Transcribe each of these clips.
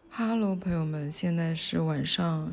哈喽，朋友们，现在是晚上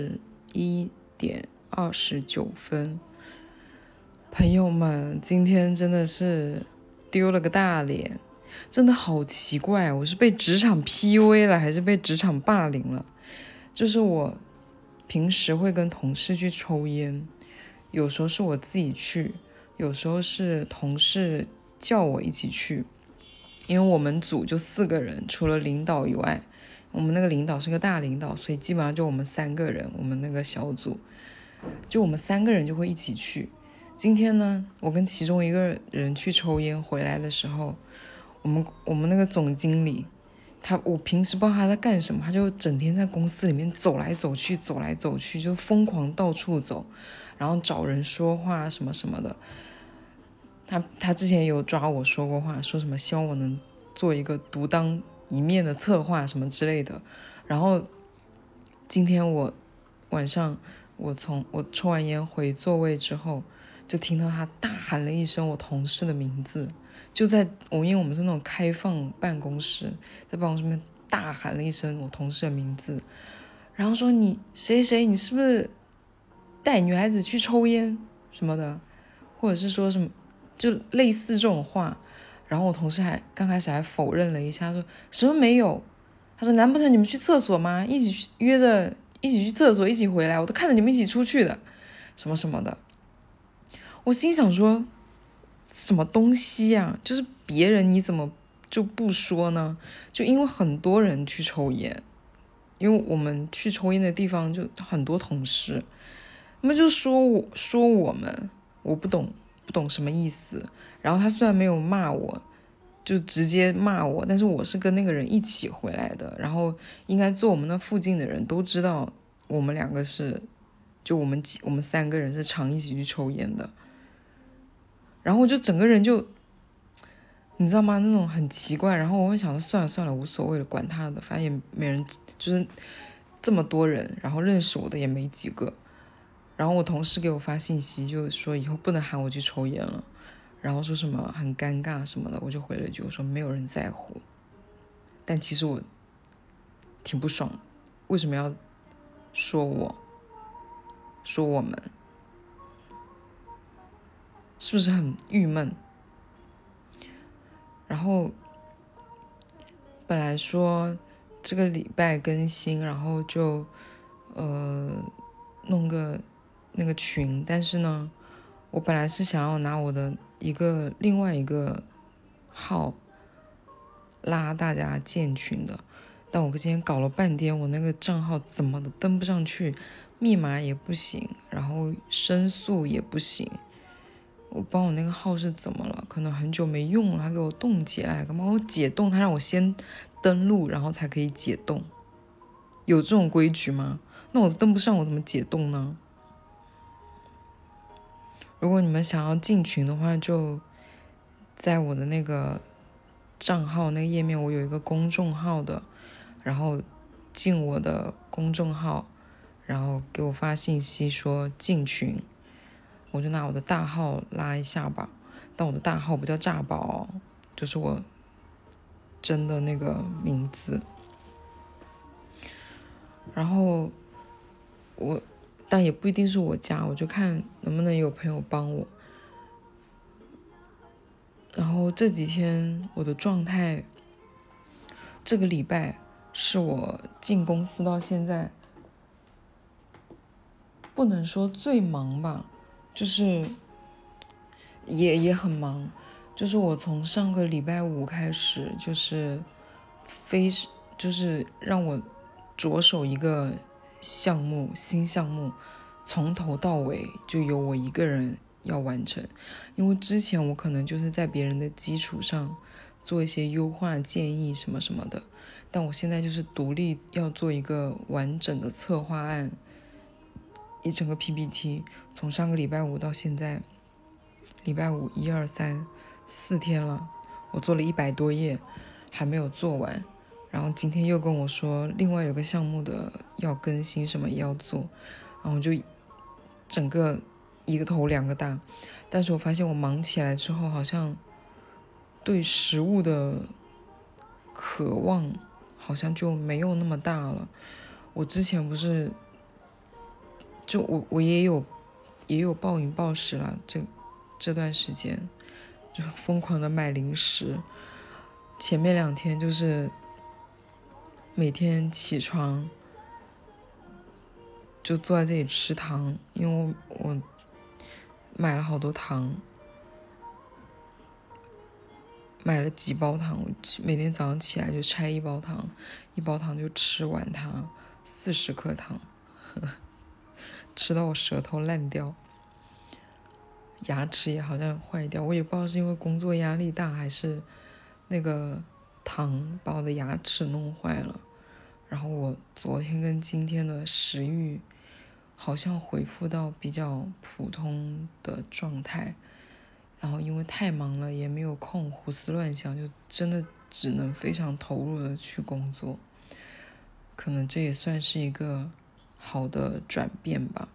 11:29。朋友们，今天真的是丢了个大脸，真的好奇怪，我是被职场 PUA 了，还是被职场霸凌了？就是我平时会跟同事去抽烟，有时候是我自己去，有时候是同事叫我一起去，因为我们组就4个人，除了领导以外，我们那个领导是个大领导，所以基本上就我们3个人，我们那个小组就我们3个人就会一起去。今天呢，我跟其中一个人去抽烟，回来的时候，我们那个总经理，我平时不知道他在干什么，他就整天在公司里面走来走去，就疯狂到处走，然后找人说话什么什么的。他之前有抓我说过话，说什么希望我能做一个独当一面的策划什么之类的。然后今天我晚上我抽完烟回座位之后，就听到他大喊了一声我同事的名字，就在因为我们是那种开放办公室，在办公室里面大喊了一声我同事的名字，然后说你谁谁，你是不是带女孩子去抽烟什么的，或者是说什么就类似这种话。然后我同事刚开始还否认了一下，说什么没有，他说难不成你们去厕所吗？一起约着一起去厕所，一起回来，我都看着你们一起出去的，什么什么的。我心想说什么东西啊，就是别人你怎么就不说呢？就因为很多人去抽烟，因为我们去抽烟的地方就很多同事，他们就说我们，我不懂什么意思。然后他虽然没有骂我，就直接骂我，但是我是跟那个人一起回来的，然后应该坐我们那附近的人都知道我们2个是，就我们3个人是常一起去抽烟的。然后我就整个人就你知道吗，那种很奇怪。然后我会想说算了无所谓了，管他的，反正也没人，就是这么多人，然后认识我的也没几个。然后我同事给我发信息，就说以后不能喊我去抽烟了，然后说什么很尴尬什么的，我就回了一句，我说没有人在乎。但其实我挺不爽，为什么要说我们，是不是很郁闷？然后本来说这个礼拜更新，然后就弄个那个群，但是呢，我本来是想要拿我的另外一个号拉大家建群的，但我今天搞了半天，我那个账号怎么都登不上去，密码也不行，然后申诉也不行。我不知道我那个号是怎么了，可能很久没用了，他给我冻结了，干嘛我解冻？他让我先登录，然后才可以解冻，有这种规矩吗？那我登不上，我怎么解冻呢？如果你们想要进群的话，就在我的那个账号那个页面，我有一个公众号的，然后进我的公众号，然后给我发信息说进群，我就拿我的大号拉一下吧。但我的大号不叫炸宝，就是我真的那个名字。然后但也不一定是我加，我就看能不能有朋友帮我。然后这几天我的状态，这个礼拜是我进公司到现在，不能说最忙吧，就是也很忙。就是我从上个礼拜5开始，就是让我着手一个新项目，从头到尾就由我一个人要完成。因为之前我可能就是在别人的基础上做一些优化建议什么什么的，但我现在就是独立要做一个完整的策划案，一整个 PPT。 从上个礼拜5到现在，礼拜51、2、3 4天了，我做了100多页还没有做完。然后今天又跟我说另外有个项目的要更新，什么也要做，然后就整个一个头两个大。但是我发现我忙起来之后，好像对食物的渴望好像就没有那么大了。我之前不是，就我也有暴饮暴食了，这段时间就疯狂的买零食。前面2天就是每天起床就坐在这里吃糖，因为我买了好多糖，买了几包糖，我每天早上起来就拆一包糖，一包糖就吃完它，40克糖，吃到我舌头烂掉，牙齿也好像坏掉，我也不知道是因为工作压力大还是那个糖把我的牙齿弄坏了。然后我昨天跟今天的食欲好像恢复到比较普通的状态，然后因为太忙了也没有空胡思乱想，就真的只能非常投入的去工作，可能这也算是一个好的转变吧。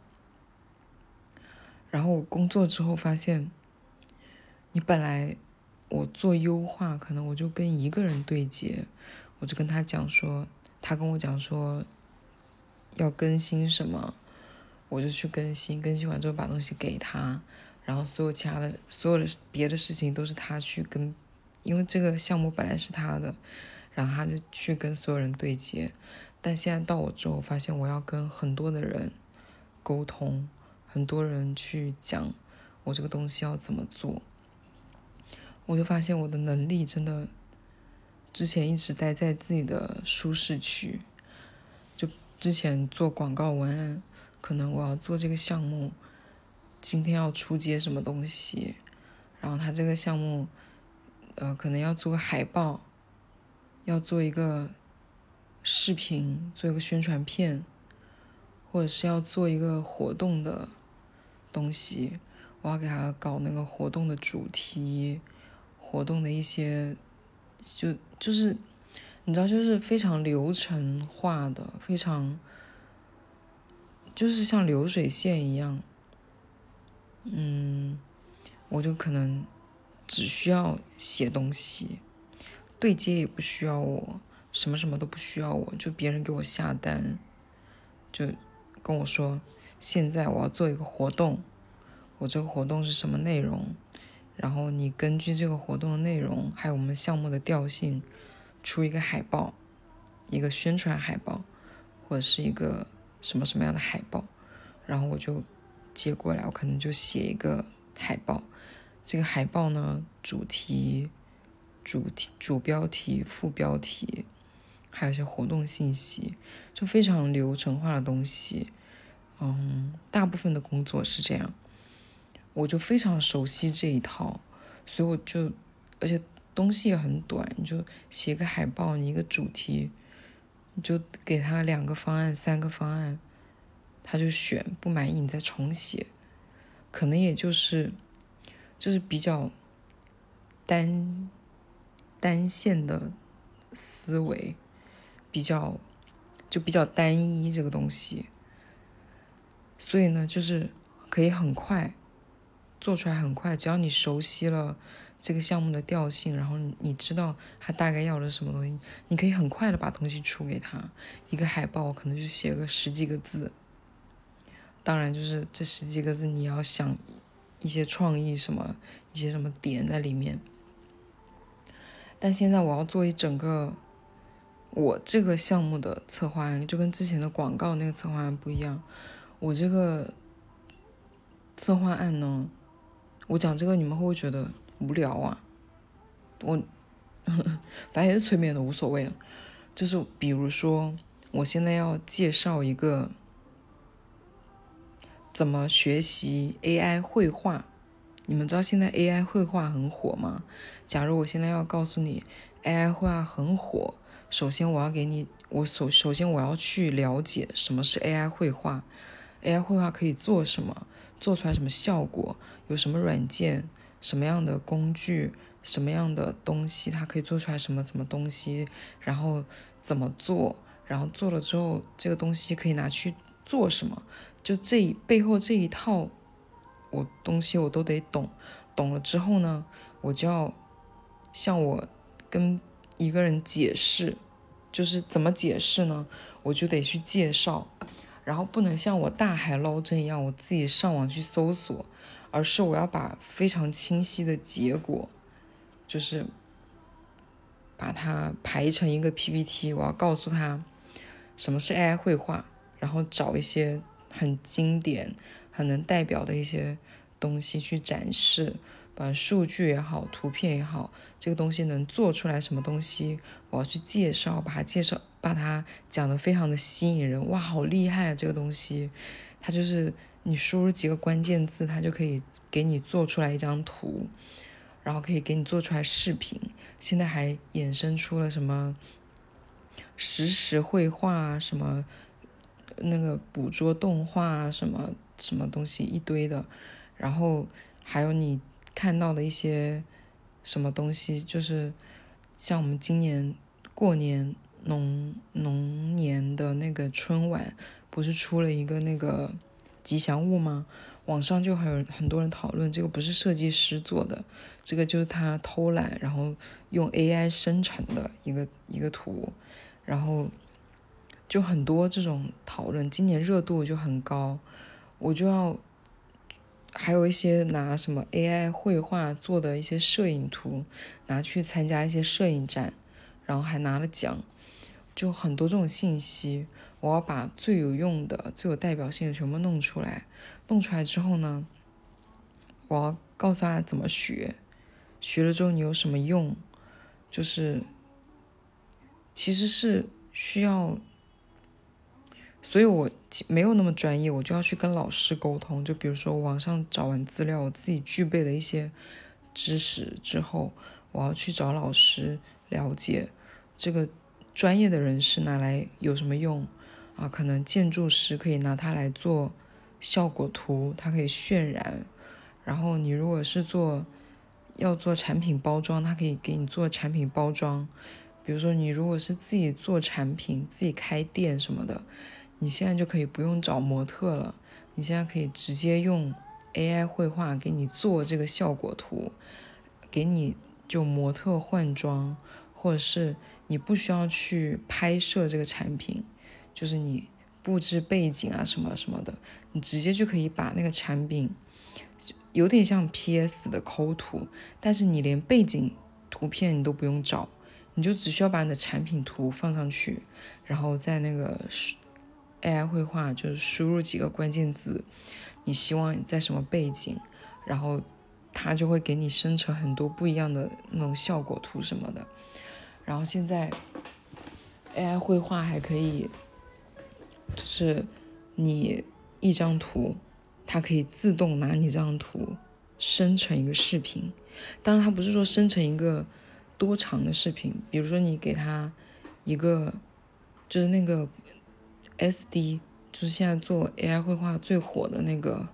然后我工作之后发现，你本来我做优化，可能我就跟一个人对接，我就跟他讲说，他跟我讲说要更新什么，我就去更新，更新完之后把东西给他，然后所有的别的事情都是他去跟，因为这个项目本来是他的，然后他就去跟所有人对接。但现在到我之后，发现我要跟很多的人沟通，很多人去讲我这个东西要怎么做，我就发现我的能力真的之前一直待在自己的舒适区，就之前做广告文案，可能我要做这个项目，今天要出街什么东西，然后他这个项目可能要做个海报，要做一个视频，做一个宣传片，或者是要做一个活动的东西，我要给他搞那个活动的主题，活动的一些就是你知道，就是非常流程化的，非常就是像流水线一样。我就可能只需要写东西，对接也不需要我，什么什么都不需要我，就别人给我下单，就跟我说现在我要做一个活动，我这个活动是什么内容，然后你根据这个活动的内容还有我们项目的调性出一个海报，一个宣传海报，或者是一个什么什么样的海报，然后我就接过来，我可能就写一个海报，这个海报呢主题、主标题、副标题，还有一些活动信息，就非常流程化的东西。大部分的工作是这样，我就非常熟悉这一套，所以而且东西也很短，你就写个海报，你一个主题，你就给他2个方案、3个方案，他就选，不满意你再重写，可能也就是比较单线的思维，比较单一这个东西，所以呢，就是可以很快做出来，很快，只要你熟悉了这个项目的调性，然后你知道他大概要的什么东西，你可以很快的把东西出给他。一个海报可能就写个10几个字，当然就是这10几个字你要想一些创意一些什么点在里面。但现在我要做一整个我这个项目的策划案，就跟之前的广告那个策划案不一样。我这个策划案呢，我讲这个你们会不会觉得无聊啊？反正也是催眠的，无所谓了。就是比如说，我现在要介绍一个怎么学习 AI 绘画。你们知道现在 AI 绘画很火吗？假如我现在要告诉你 AI 绘画很火，首先我要去了解什么是 AI 绘画，AI 绘画可以做什么，做出来什么效果，有什么软件，什么样的工具，什么样的东西，它可以做出来什么东西，然后怎么做，然后做了之后这个东西可以拿去做什么，就背后这一套东西我都得懂，懂了之后呢，我就要像我跟一个人解释就是怎么解释呢？我就得去介绍，然后不能像我大海捞针一样，我自己上网去搜索，而是我要把非常清晰的结果，就是把它排成一个 PPT，我要告诉他什么是 AI 绘画，然后找一些很经典、很能代表的一些东西去展示，把数据也好，图片也好，这个东西能做出来什么东西，我要去介绍，把它讲得非常的吸引人。哇，好厉害啊！这个东西，它就是你输入几个关键字，它就可以给你做出来一张图，然后可以给你做出来视频。现在还衍生出了什么实时绘画啊，什么那个捕捉动画啊，什么什么东西一堆的，然后还有你看到的一些什么东西，就是像我们今年过年龙年的那个春晚，不是出了一个那个吉祥物吗？网上就还有很多人讨论，这个不是设计师做的，这个就是他偷懒，然后用 AI 生成的一个图，然后就很多这种讨论，今年热度就很高，我就要还有一些拿什么 AI 绘画做的一些摄影图，拿去参加一些摄影展，然后还拿了奖，就很多这种信息，我要把最有用的、最有代表性的全部弄出来。弄出来之后呢，我要告诉他怎么学，学了之后你有什么用，就是其实是需要，所以我没有那么专业，我就要去跟老师沟通。就比如说网上找完资料，我自己具备了一些知识之后，我要去找老师了解这个专业的人士拿来有什么用啊？可能建筑师可以拿它来做效果图，它可以渲染。然后你如果是要做产品包装，它可以给你做产品包装。比如说你如果是自己做产品，自己开店什么的，你现在就可以不用找模特了，你现在可以直接用 AI 绘画给你做这个效果图，给你就模特换装，或者是你不需要去拍摄这个产品，就是你布置背景啊什么什么的，你直接就可以把那个产品有点像 PS 的抠图，但是你连背景图片你都不用找，你就只需要把你的产品图放上去，然后在那个 AI 绘画就是输入几个关键字，你希望在什么背景，然后它就会给你生成很多不一样的那种效果图什么的。然后现在 AI 绘画还可以，就是你一张图，它可以自动拿你这张图生成一个视频。当然它不是说生成一个多长的视频，比如说你给它一个就是那个 SD， 就是现在做 AI 绘画最火的那个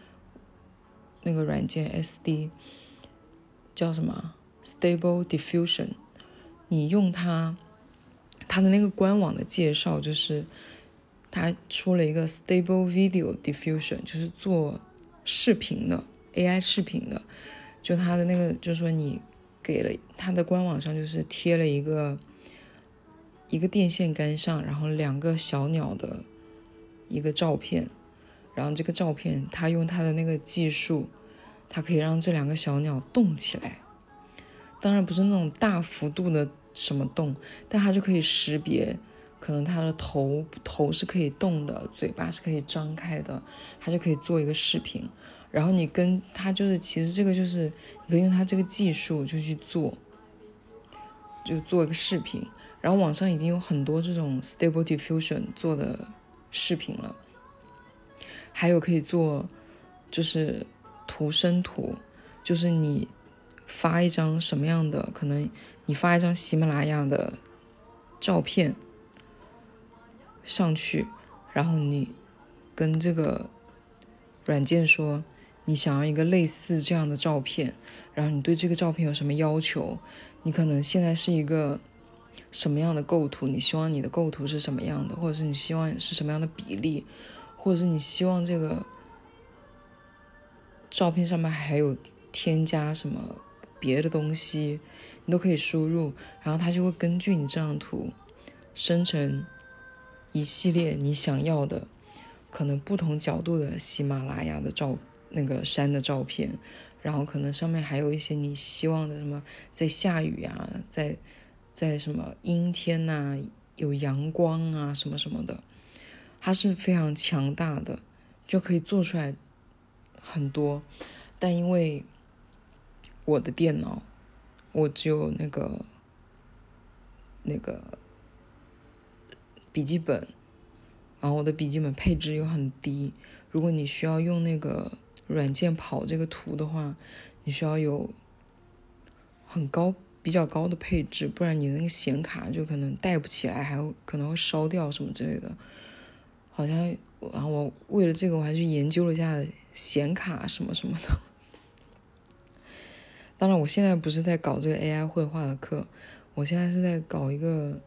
软件 SD 叫什么 Stable Diffusion， 你用它的那个官网的介绍就是它出了一个 Stable Video Diffusion， 就是做视频的 AI 视频的，就它的那个就是说你给了它的官网上就是贴了一个电线杆上，然后2个小鸟的一个照片，然后这个照片它用它的那个技术，它可以让这2个小鸟动起来，当然不是那种大幅度的什么动，但它就可以识别可能它的头是可以动的，嘴巴是可以张开的，它就可以做一个视频。然后你跟它就是其实这个就是你可以用它这个技术就去做一个视频。然后网上已经有很多这种 Stable Diffusion 做的视频了，还有可以做就是图生图，就是你发一张什么样的，可能你发一张喜马拉雅的照片上去，然后你跟这个软件说你想要一个类似这样的照片，然后你对这个照片有什么要求，你可能现在是一个什么样的构图，你希望你的构图是什么样的，或者是你希望是什么样的比例，或者是你希望这个照片上面还有添加什么别的东西，你都可以输入，然后它就会根据你这张图生成一系列你想要的可能不同角度的喜马拉雅的那个山的照片，然后可能上面还有一些你希望的什么在下雨啊，在什么阴天啊，有阳光啊什么什么的，它是非常强大的，就可以做出来很多。但因为我的电脑，我只有那个笔记本，然后我的笔记本配置又很低，如果你需要用那个软件跑这个图的话，你需要有比较高的配置，不然你那个显卡就可能带不起来，还有可能会烧掉什么之类的。好像，然后我为了这个我还去研究了一下显卡什么什么的。当然我现在不是在搞这个 AI 绘画的课，我现在是在搞一个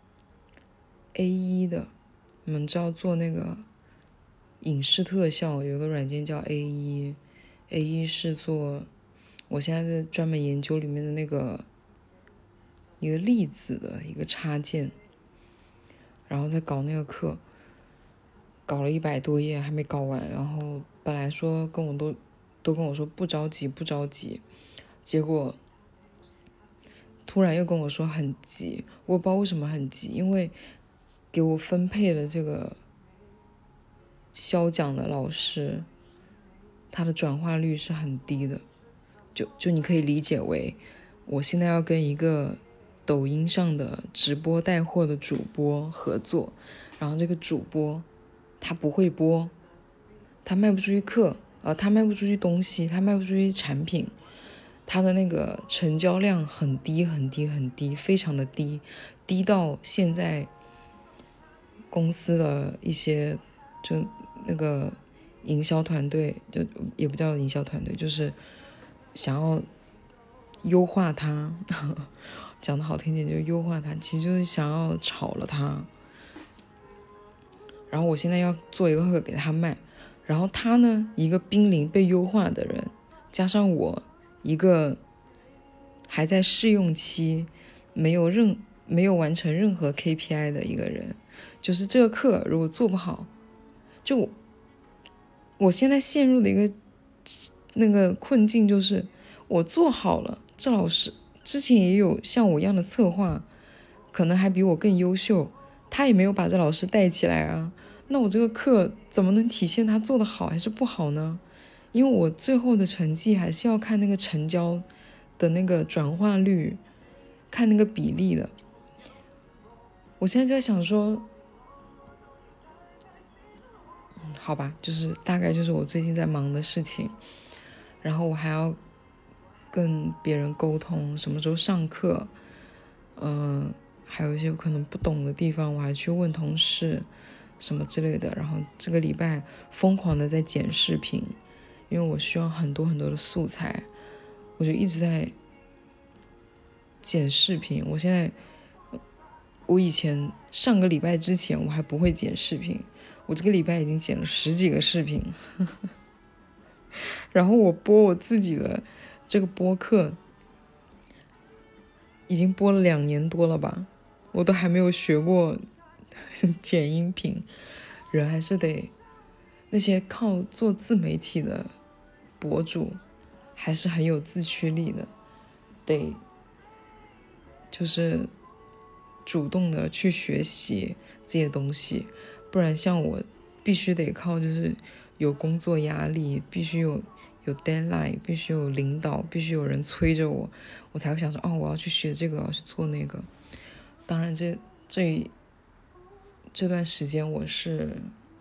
A1 的，你们知道做那个影视特效有一个软件叫 A1 是做，我现在在专门研究里面的那个一个粒子的一个插件，然后再搞那个课，搞了100多页还没搞完，然后本来说都跟我说不着急，结果突然又跟我说很急，我也不知道为什么很急，因为给我分配了这个销奖的老师，他的转化率是很低的，就你可以理解为我现在要跟一个抖音上的直播带货的主播合作，然后这个主播他不会播，他卖不出去课，他卖不出去东西，他卖不出去产品，他的那个成交量很低很低很低，非常的低，低到现在公司的一些就那个营销团队，就也不叫营销团队，就是想要优化它，讲的好听点就优化它，其实就是想要炒了它。然后我现在要做一个课给他卖，然后他呢一个濒临被优化的人，加上我一个还在试用期，没有完成任何 KPI 的一个人，就是这个课如果做不好，就我现在陷入的一个那个困境就是我做好了，这老师之前也有像我一样的策划，可能还比我更优秀，他也没有把这老师带起来啊，那我这个课怎么能体现他做的好还是不好呢？因为我最后的成绩还是要看那个成交的那个转化率，看那个比例的。我现在就在想说，好吧，就是大概就是我最近在忙的事情，然后我还要跟别人沟通什么时候上课，还有一些可能不懂的地方，我还去问同事什么之类的。然后这个礼拜疯狂的在剪视频，因为我需要很多很多的素材，我就一直在剪视频。我以前上个礼拜之前我还不会剪视频，我这个礼拜已经剪了10几个视频，然后我播我自己的这个播客，已经播了2年多了吧，我都还没有学过剪音频，人还是得那些靠做自媒体的博主还是很有自驱力的，得就是主动的去学习这些东西，不然像我必须得靠就是有工作压力，必须有 deadline， 必须有领导，必须有人催着我，我才会想说我要去学这个，我要去做那个。当然这段时间我是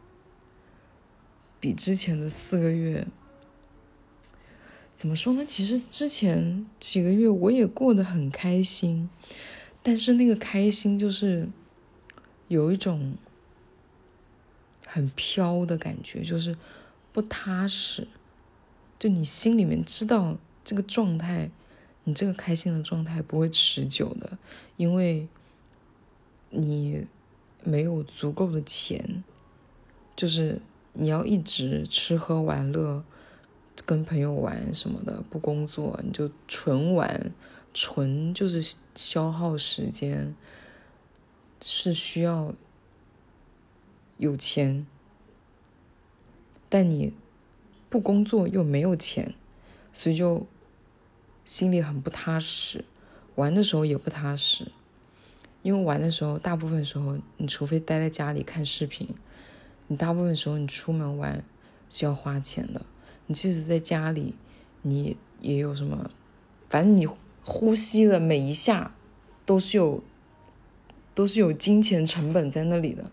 比之前的4个月怎么说呢，其实之前几个月我也过得很开心，但是那个开心就是有一种很飘的感觉，就是不踏实，就你心里面知道这个状态，你这个开心的状态不会持久的，因为你没有足够的钱，就是你要一直吃喝玩乐，跟朋友玩什么的，不工作你就纯玩，纯就是消耗时间， 是需要有钱，但你不工作又没有钱，所以就心里很不踏实，玩的时候也不踏实。因为玩的时候，大部分时候你除非待在家里看视频，你大部分时候你出门玩是要花钱的。你即使在家里，你也有什么，反正你呼吸的每一下都是有金钱成本在那里的，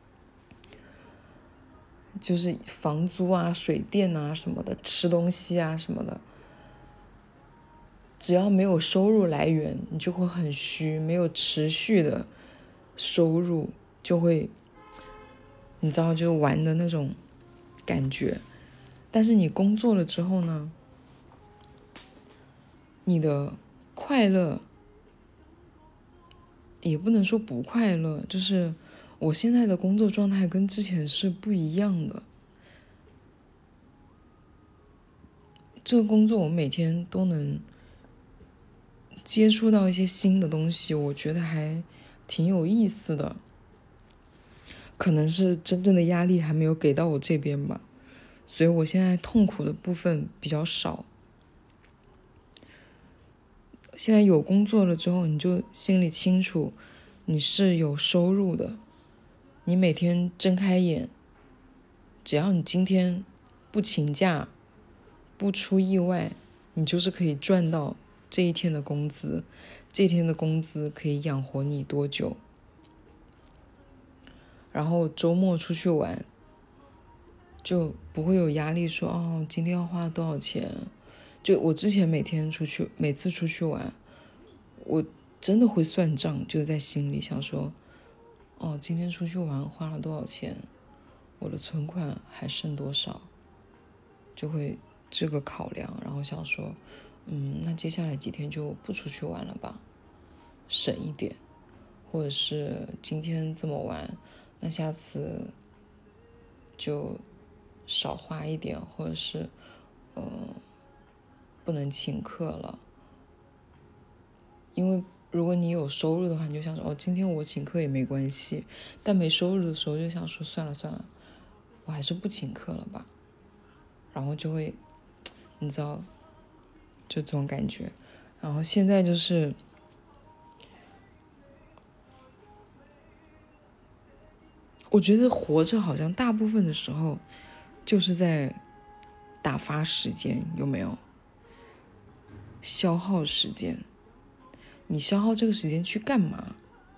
就是房租啊、水电啊什么的，吃东西啊什么的。只要没有收入来源，你就会很虚，没有持续的收入就会，你知道，就玩的那种感觉。但是你工作了之后呢，你的快乐也不能说不快乐，就是我现在的工作状态跟之前是不一样的。这个工作我每天都能接触到一些新的东西，我觉得还挺有意思的。可能是真正的压力还没有给到我这边吧，所以我现在痛苦的部分比较少。现在有工作了之后，你就心里清楚，你是有收入的。你每天睁开眼，只要你今天不请假，不出意外，你就是可以赚到这一天的工资。这一天的工资可以养活你多久？然后周末出去玩，就不会有压力说哦，今天要花多少钱。就我之前每次出去玩，我真的会算账，就在心里想说，哦，今天出去玩花了多少钱，我的存款还剩多少，就会这个考量，然后想说，那接下来几天就不出去玩了吧，省一点，或者是今天这么玩，那下次就少花一点，或者是不能请客了。因为如果你有收入的话，你就想说，哦，今天我请客也没关系。但没收入的时候就想说，算了算了，我还是不请客了吧。然后就会，你知道，就这种感觉。然后现在就是，我觉得活着好像大部分的时候就是在打发时间，有没有？消耗时间。你消耗这个时间去干嘛？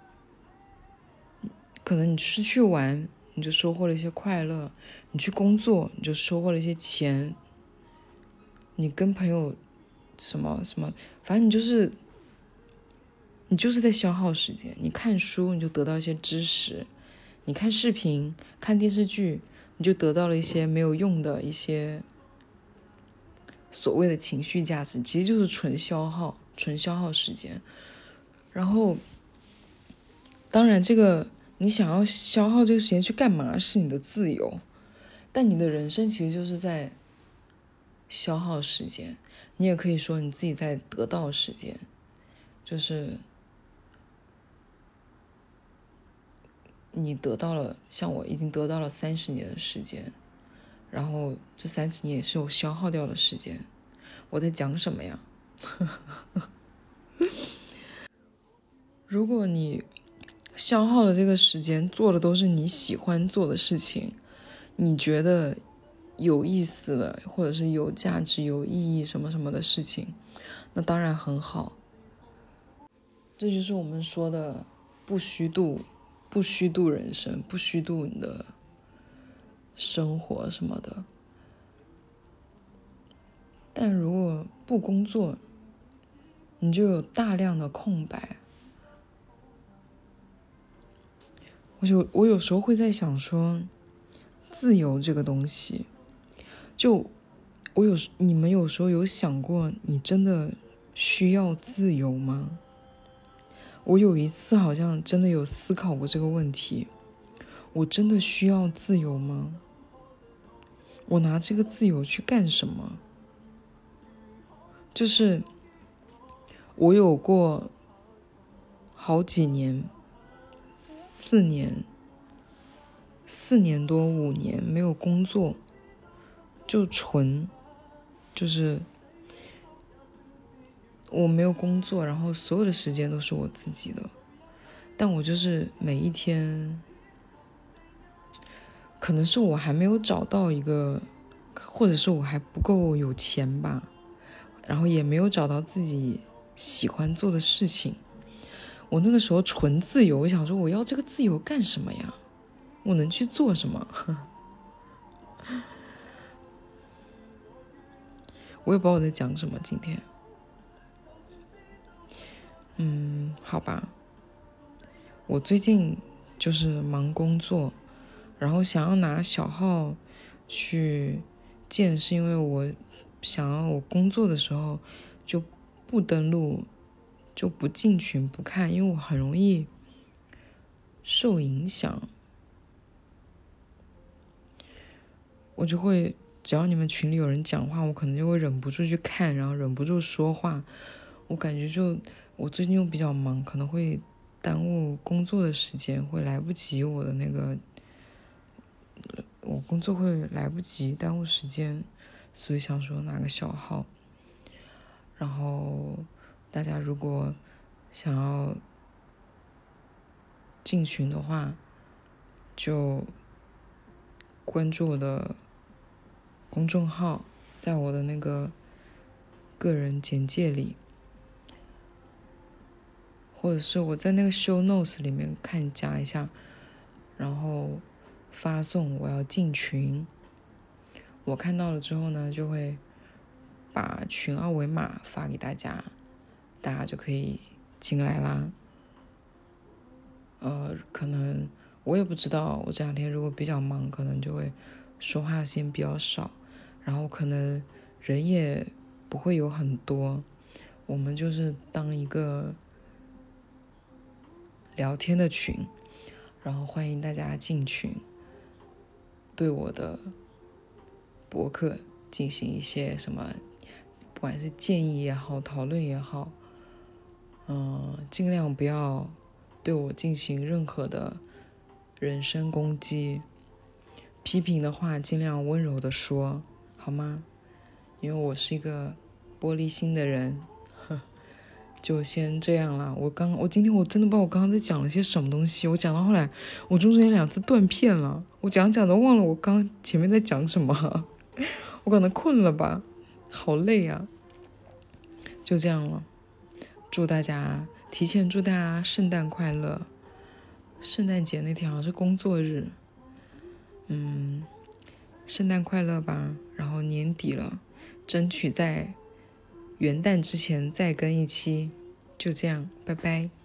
可能你出去玩，你就收获了一些快乐；你去工作，你就收获了一些钱；你跟朋友什么什么，反正你就是在消耗时间。你看书，你就得到一些知识；你看视频、看电视剧，你就得到了一些没有用的一些所谓的情绪价值，其实就是纯消耗时间。然后，当然这个你想要消耗这个时间去干嘛是你的自由，但你的人生其实就是在消耗时间。你也可以说你自己在得到时间，就是你得到了，像我已经得到了30年的时间，然后这30年也是有消耗掉的时间。我在讲什么呀？如果你消耗的这个时间做的都是你喜欢做的事情，你觉得有意思的，或者是有价值、有意义什么什么的事情，那当然很好。这就是我们说的不虚度，不虚度人生，不虚度你的生活什么的。但如果不工作，你就有大量的空白。我有时候会在想说，自由这个东西，就你们有时候有想过，你真的需要自由吗？我有一次好像真的有思考过这个问题，我真的需要自由吗？我拿这个自由去干什么？就是我有过好几年 4年多5年没有工作，就是我没有工作，然后所有的时间都是我自己的，但我就是每一天，可能是我还没有找到一个，或者是我还不够有钱吧，然后也没有找到自己喜欢做的事情。我那个时候纯自由，我想说我要这个自由干什么呀？我能去做什么？我也不知道我在讲什么今天。好吧，我最近就是忙工作，然后想要拿小号去见，是因为我想要我工作的时候就不登录，就不进群不看，因为我很容易受影响。我就会，只要你们群里有人讲话，我可能就会忍不住去看，然后忍不住说话。我感觉我最近又比较忙，可能会耽误工作的时间，会来不及我工作会来不及耽误时间，所以想说拿个小号。然后大家如果想要进群的话，就关注我的公众号，在我的那个个人简介里，或者是我在那个 show notes 里面加一下，然后发送我要进群。我看到了之后呢，就会把群二维码发给大家，大家就可以进来啦。可能我也不知道，我这两天如果比较忙，可能就会说话时间比较少，然后可能人也不会有很多，我们就是当一个聊天的群，然后欢迎大家进群，对我的博客进行一些什么，不管是建议也好，讨论也好，尽量不要对我进行任何的人身攻击，批评的话尽量温柔的说，好吗？因为我是一个玻璃心的人，就先这样啦。我今天我真的不知道我刚刚在讲了些什么东西，我讲到后来，我中间2次断片了，我讲都忘了我刚前面在讲什么，我可能困了吧，好累啊。就这样了，提前祝大家圣诞快乐。圣诞节那天好像是工作日，圣诞快乐吧。然后年底了，争取在元旦之前再更一期，就这样，拜拜。